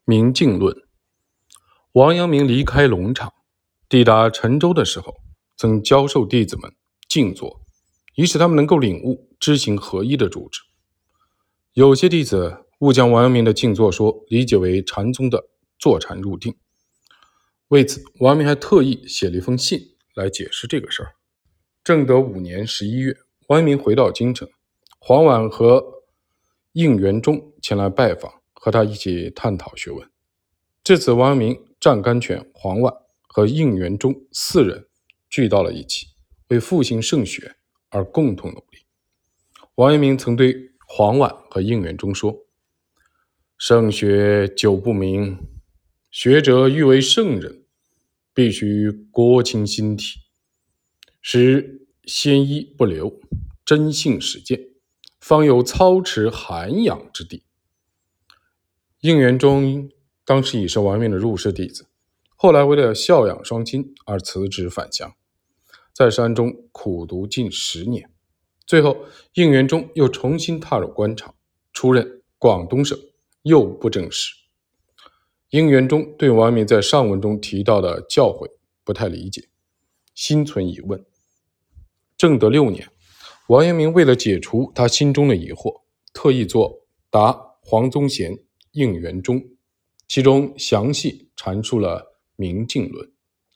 明镜论。王阳明离开龙场，抵达陈州的时候，曾教授弟子们静坐，以使他们能够领悟知行合一的主旨。有些弟子误将王阳明的静坐说理解为禅宗的坐禅入定，为此王阳明还特意写了一封信来解释这个事儿。正德5年11月，王阳明回到京城，黄婉和应元忠前来拜访，和他一起探讨学问。至此，王阳明、湛甘泉、黄婉和应元忠4人聚到了一起，为复兴圣学而共同努力。王阳明曾对黄婉和应元忠说：圣学久不明，学者欲为圣人，必须郭清心体，使先依不流，真性实践，方有操持涵养之地。应元忠当时已是王阳明的入室弟子，后来为了孝养双亲而辞职返乡，在山中苦读近10年。最后应元忠又重新踏入官场，出任广东省右布政使。应元忠对王阳明在上文中提到的教诲不太理解，心存疑问。正德6年，王阳明为了解除他心中的疑惑，特意作答黄宗贤、应元忠，其中详细阐述了明镜论。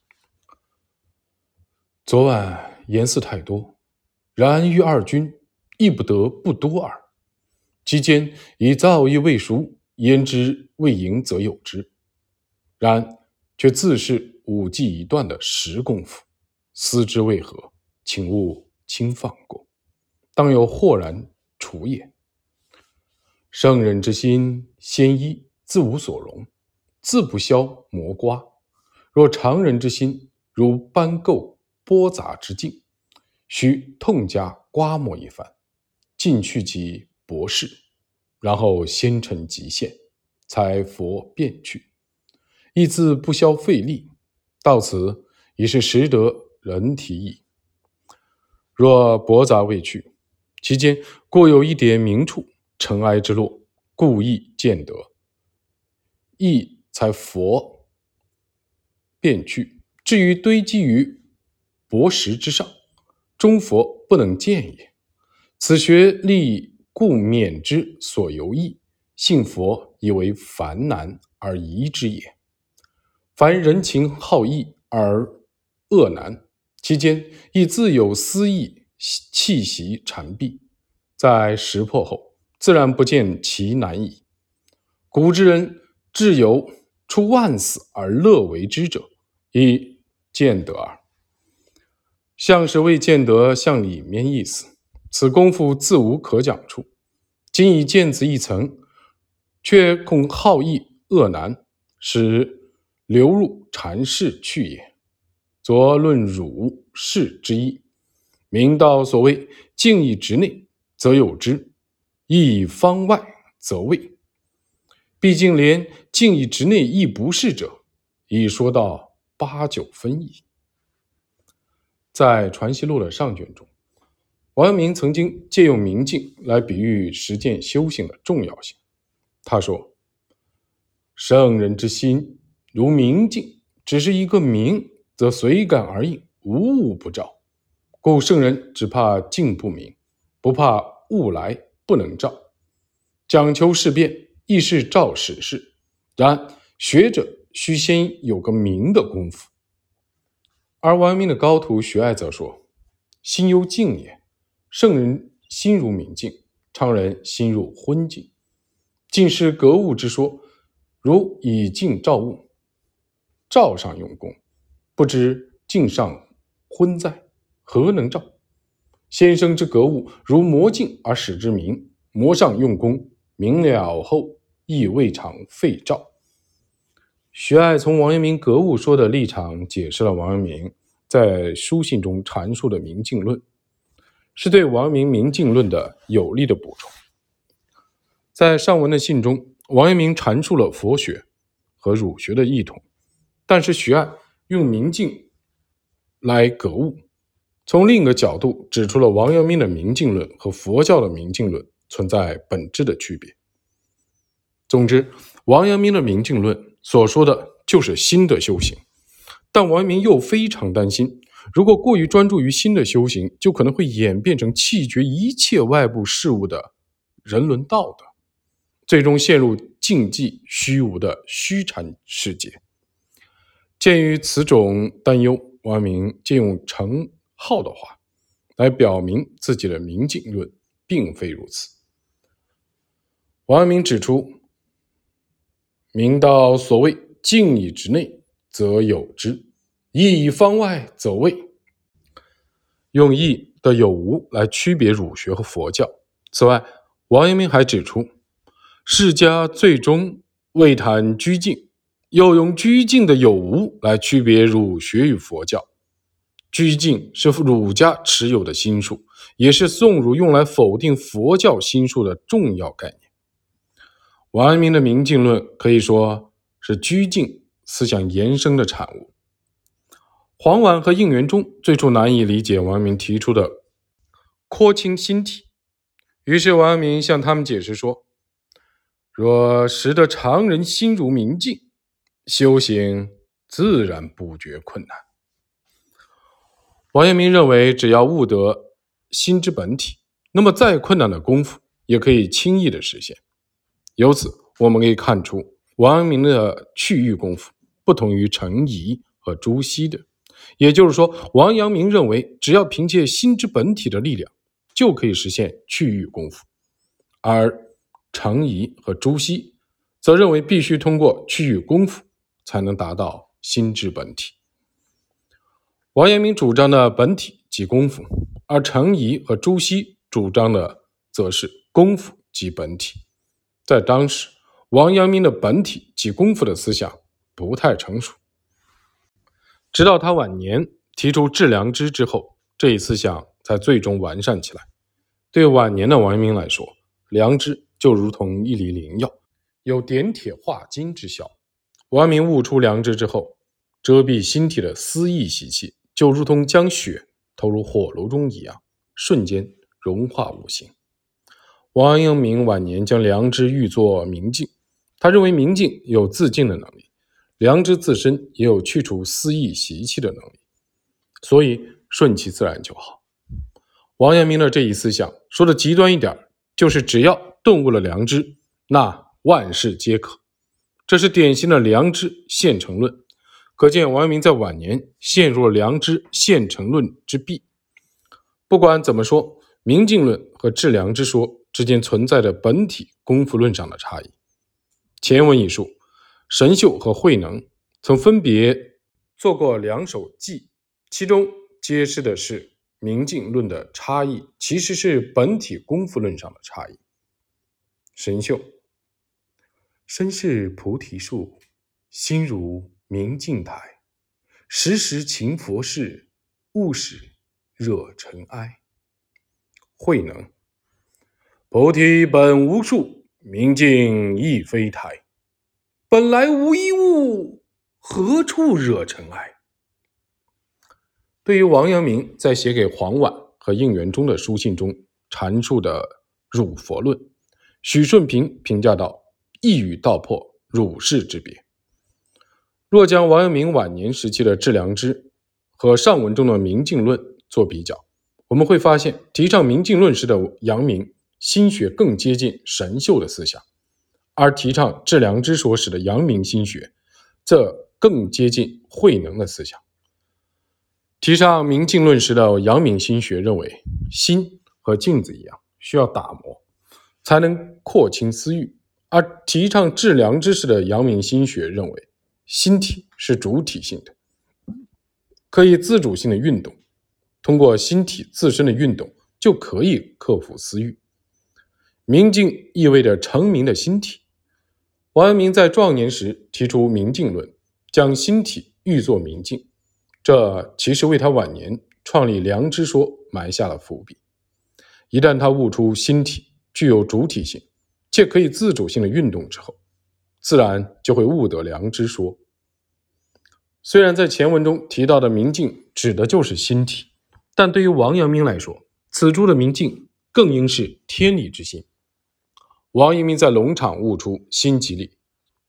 昨晚言辞太多，然于二君亦不得不多耳。其间以造诣未熟，焉知未盈则有之？然却自是5技一段的实功夫，思之为何？请勿轻放过，当有豁然处也。圣人之心，先依自无所容，自不消磨刮；若常人之心，如斑垢剥杂之境，须痛加刮磨一番，尽去其薄饰，然后先陈极限，才佛变去，亦自不消费力。到此已是识得人体矣。若薄杂未去，其间过有一点明处，尘埃之落，故意见得，亦才佛变去。至于堆积于薄石之上，终佛不能见也。此学力故免之所由易，信佛以为繁难而疑之也。凡人情好义而恶难，其间亦自有私意气息缠蔽，在识破后，自然不见其难矣。古之人至有出万死而乐为之者，亦见得耳。像是未见得向里面意思，此功夫自无可讲处。今以见此一层，却恐好义恶难，使流入禅室去也。昨论儒释之意，明道所谓静以直内，则有之；义以方外，则未。毕竟连静以直内亦不是者，已说到8、9分矣。在《传习录》的上卷中，王阳明曾经借用明镜来比喻实践修行的重要性。他说：圣人之心如明镜，只是一个明，则随感而应，无物不照。故圣人只怕镜不明，不怕物来不能照，讲求事变，亦是照实事。然学者须先有个明的功夫。而王阳明的高徒徐爱则说：心犹镜也，圣人心如明镜，常人心如昏镜。镜是格物之说，如以镜照物，照上用功，不知镜上昏在，何能照？先生之格物，如磨镜而使之明，磨上用功，明了后亦未尝废照。徐爱从王阳明格物说的立场解释了王阳明在书信中阐述的明镜论，是对王阳明明镜论的有力的补充。在上文的信中，王阳明阐述了佛学和儒学的异同，但是徐爱用明镜来格物，从另一个角度指出了王阳明的明镜论和佛教的明镜论存在本质的区别。总之， 王阳明的明镜论所说的就是心的修行，但王阳明又非常担心，如果过于专注于心的修行，就可能会演变成弃绝一切外部事物的人伦道德，最终陷入竞技虚无的虚禅世界。鉴于此种担忧，王阳明借用程颢的话来表明自己的明镜论并非如此。王阳明指出，明道所谓镜以直内，则有之；义以方外，则伪。用义的有无来区别儒学和佛教。此外，王阳明还指出，释家最终未谈居境，又用居境的有无来区别儒学与佛教。居境是儒家持有的心术，也是宋儒用来否定佛教心术的重要概念。王阳明的明镜论可以说是居境思想延伸的产物。黄婉和应元钟最初难以理解王阳明提出的廓清心体，于是王阳明向他们解释说，若识得常人心如明镜，修行自然不觉困难。王阳明认为，只要悟得心之本体，那么再困难的功夫也可以轻易的实现。由此我们可以看出，王阳明的去欲功夫不同于程颐和朱熹的，也就是说，王阳明认为只要凭借心之本体的力量就可以实现去欲功夫，而程颐和朱熹则认为必须通过去欲功夫才能达到心之本体。王阳明主张的本体即功夫，而程颐和朱熹主张的则是功夫即本体。在当时，王阳明的本体即功夫的思想不太成熟，直到他晚年提出致良知之后，这一思想才最终完善起来。对晚年的王阳明来说，良知就如同一粒灵药，有点铁化金之效。王阳明悟出良知之后，遮蔽心体的私意习气就如同将血投入火炉中一样，瞬间融化无形。王阳明晚年将良知喻作明镜，他认为明镜有自净的能力，良知自身也有去除私意习气的能力，所以顺其自然就好。王阳明的这一思想说的极端一点，就是只要顿悟了良知，那万事皆可。这是典型的良知现成论，可见王阳明在晚年陷入了良知现成论之弊。不管怎么说，明镜论和致良知说之间存在着本体功夫论上的差异。前文已述，神秀和慧能曾分别做过两首记，其中揭示的是明镜论的差异其实是本体功夫论上的差异。神秀：身是菩提树，心如明镜台，时时勤佛事，勿使惹尘埃。慧能：菩提本无树，明镜亦非台，本来无一物，何处惹尘埃。对于王阳明在写给黄婉和应元钟的书信中阐述的儒佛论，许顺平评价道，一语道破儒释之别。若将王阳明晚年时期的致良知和上文中的明镜论做比较，我们会发现提倡明镜论时的阳明心学更接近神秀的思想，而提倡致良知说时的阳明心学则更接近慧能的思想。提倡明镜论时的阳明心学认为，心和镜子一样需要打磨才能廓清私欲，而提倡致良知时的阳明心学认为，心体是主体性的，可以自主性的运动，通过心体自身的运动就可以克服私欲。明镜意味着成明的心体。王阳明在壮年时提出明镜论，将心体喻作明镜，这其实为他晚年创立良知说埋下了伏笔。一旦他悟出心体具有主体性，且可以自主性的运动之后，自然就会悟得良知说。虽然在前文中提到的明镜指的就是心体，但对于王阳明来说，此处的明镜更应是天理之心。王阳明在龙场悟出心即理，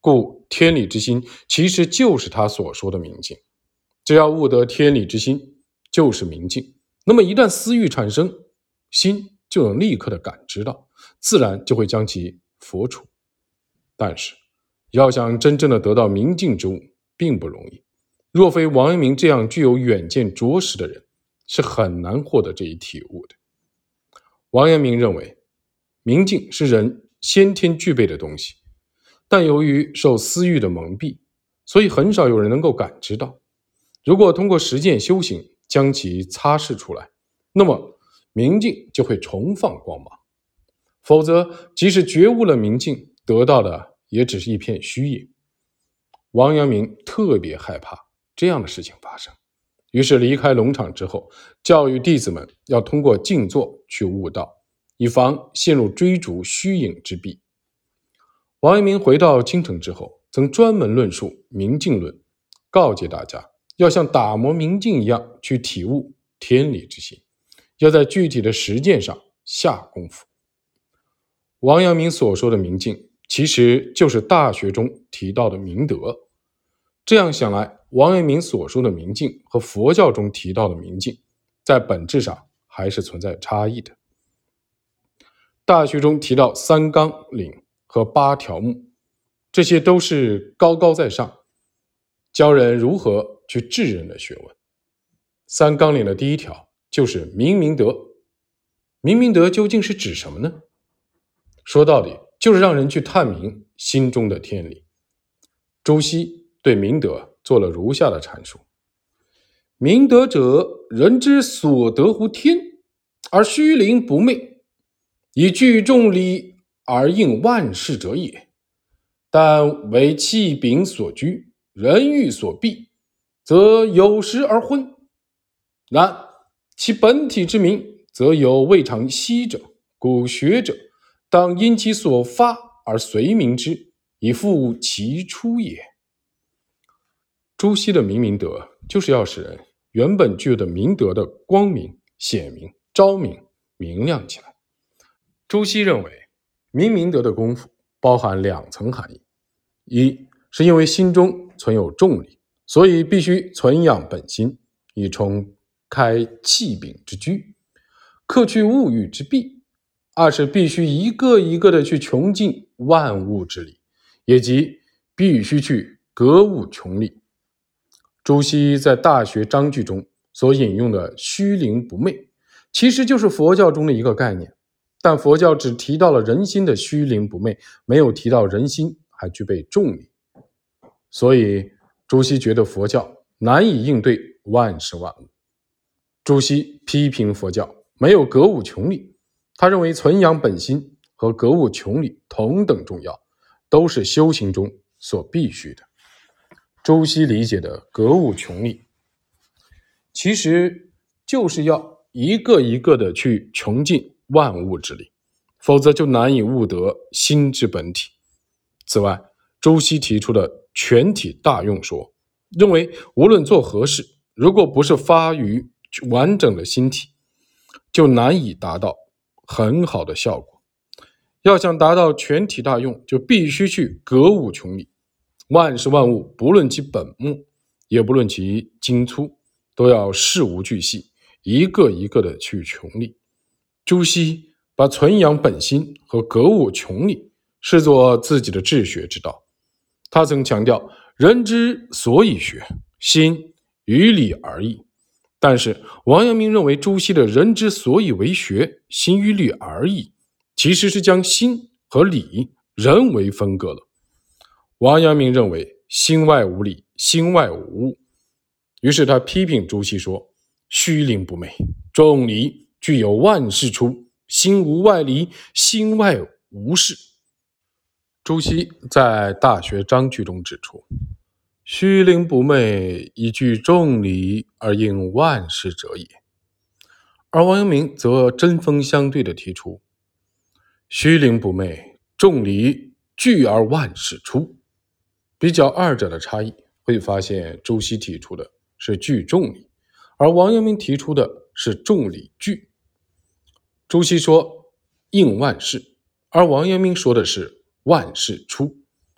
故天理之心其实就是他所说的明镜。只要悟得天理之心就是明镜，那么一旦私欲产生，心就能立刻的感知到，自然就会将其佛除。但是要想真正的得到明镜之物并不容易，若非王阳明这样具有远见卓识的人，是很难获得这一体悟的。王阳明认为明镜是人先天具备的东西，但由于受私欲的蒙蔽，所以很少有人能够感知到。如果通过实践修行将其擦拭出来，那么明镜就会重放光芒。否则即使觉悟了明镜，得到的也只是一片虚影。王阳明特别害怕这样的事情发生，于是离开龙场之后，教育弟子们要通过静坐去悟道，以防陷入追逐虚影之弊。王阳明回到京城之后，曾专门论述明镜论，告诫大家要像打磨明镜一样去体悟天理之心，要在具体的实践上下功夫。王阳明所说的明镜，其实就是《大学》中提到的明德。这样想来，王阳明所说的明镜和佛教中提到的明镜，在本质上还是存在差异的。《大学》中提到3纲领和8条目，这些都是高高在上，教人如何去治人的学问。3纲领的第1条就是明明德。明明德究竟是指什么呢？说到底，就是让人去探明心中的天理。朱熹对明德做了如下的阐述：明德者，人之所得乎天，而虚灵不昧，以具众理而应万事者也。但为气柄所居，人欲所避，则有时而昏。然其本体之明，则有未尝悉者，故学者当因其所发而随明之，以复其出也。朱熹的明明德，就是要使人原本具有的明德的光明、显明、昭明、明亮起来。朱熹认为，明明德的功夫包含2层含义：一是因为心中存有重理，所以必须存养本心，以重开气柄之居，克去物欲之弊；二是必须一个一个的去穷尽万物之理，也即必须去格物穷理。朱熹在《大学》章句中所引用的虚灵不昧，其实就是佛教中的一个概念，但佛教只提到了人心的虚灵不昧，没有提到人心还具备重理。所以朱熹觉得佛教难以应对万事万物。朱熹批评佛教没有格物穷理，他认为存养本心和格物穷理同等重要，都是修行中所必须的。朱熹理解的格物穷理，其实就是要一个一个的去穷尽万物之理，否则就难以悟得心之本体。此外，朱熹提出的全体大用说，认为无论做何事，如果不是发于完整的心体，就难以达到很好的效果。要想达到全体大用，就必须去格物穷理。万事万物，不论其本末，也不论其精粗，都要事无巨细，一个一个的去穷理。朱熹把存养本心和格物穷理视作自己的治学之道。他曾强调，人之所以学，心与理而异。但是王阳明认为，朱熹的人之所以为学，心与理而异，其实是将心和理人为分割了。王阳明认为心外无理，心外无物，于是他批评朱熹说，虚灵不昧，重理具有万事出，心无外离，心外无事。朱熹在《大学》章句中指出，虚灵不昧，以具众理而应万事者也。而王阳明则针锋相对地提出，虚灵不昧，众理具而万事出。比较二者的差异，会发现朱熹提出的是具众理，而王阳明提出的是众理具。朱熹说应万事，而王阳明说的是万事出。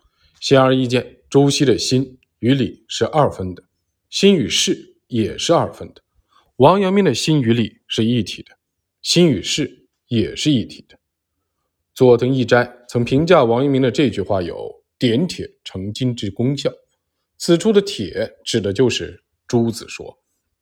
显而易见，朱熹的心与理是二分的，心与事也是二分的。王阳明的心与理是一体的，心与事也是一体的。佐藤义斋曾评价王阳明的这句话有点铁成金之功效，此处的铁指的就是朱子说。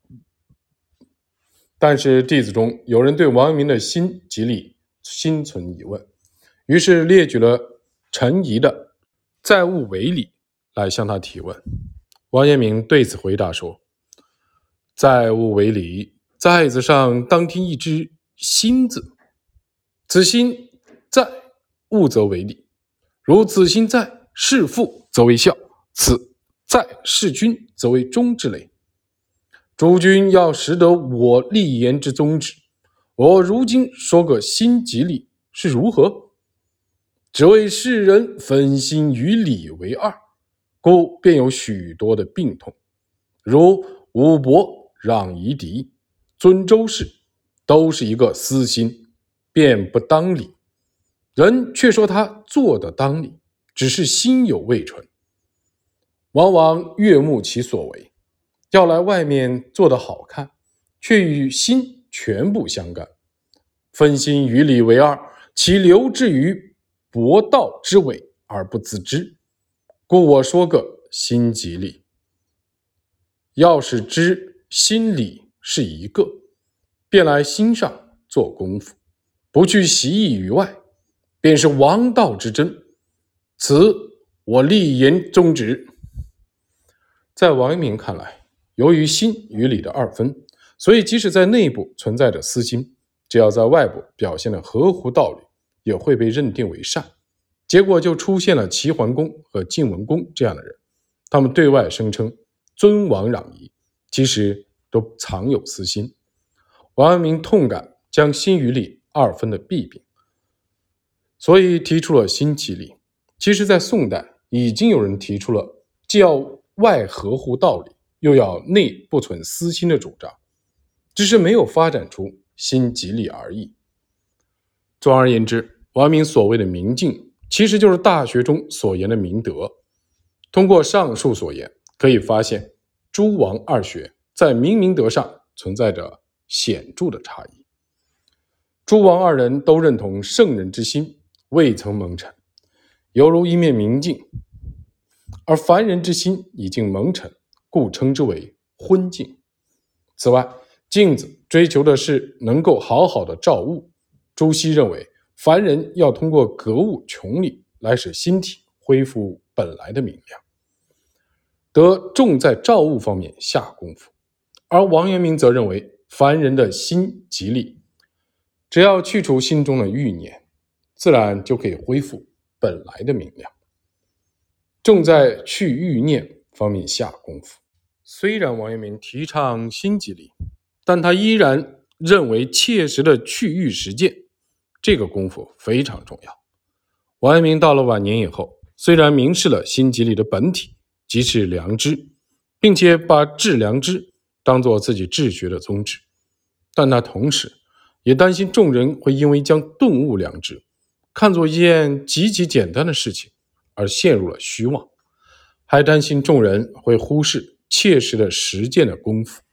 但是弟子中有人对王阳明的心及理心存疑问，于是列举了陈颐的在物为理来向他提问。王阳明对此回答说，在物为理，在字上当听一只心字，此心在，物则为理。如此心在，是父则为孝，此在是君则为忠之类。诸君要识得我立言之宗旨，我如今说个心即理是如何？只为世人分心与理为二，故便有许多的病痛，如武伯让夷狄、尊周氏，都是一个私心，便不当理。人却说他做得当理，只是心有未纯，往往悦目其所为，要来外面做得好看，却与心全不相干。分心与理为二，其流至于博道之尾而不自知。故我说个心即理。要是知心理是一个，便来心上做功夫，不去习意于外，便是王道之真。此我立言宗旨。在王阳明看来，由于心与理的二分，所以即使在内部存在着私心，只要在外部表现得合乎道理，也会被认定为善。结果就出现了齐桓公和晋文公这样的人，他们对外声称尊王攘夷，其实都藏有私心。王阳明痛感将心与理二分的弊病，所以提出了心即理。其实在宋代已经有人提出了既要外合乎道理，又要内不存私心的主张，只是没有发展出心即理而已。总而言之，王阳明所谓的明镜，其实就是大学中所言的明德。通过上述所言，可以发现诸王二学在明德上存在着显著的差异。诸王二人都认同圣人之心未曾蒙尘，犹如一面明镜，而凡人之心已经蒙尘，故称之为昏镜。此外，镜子追求的是能够好好的照物，朱熹认为凡人要通过格物穷理来使心体恢复本来的明亮，得重在照物方面下功夫。而王阳明则认为凡人的心即理，只要去除心中的欲念，自然就可以恢复本来的明亮，重在去欲念方面下功夫。虽然王阳明提倡心即理，但他依然认为切实的去欲实践这个功夫非常重要。王阳明到了晚年以后，虽然明示了心即理的本体即是良知，并且把治良知当作自己治学的宗旨，但他同时也担心众人会因为将顿悟良知看作一件极其简单的事情而陷入了虚妄，还担心众人会忽视切实的实践的功夫。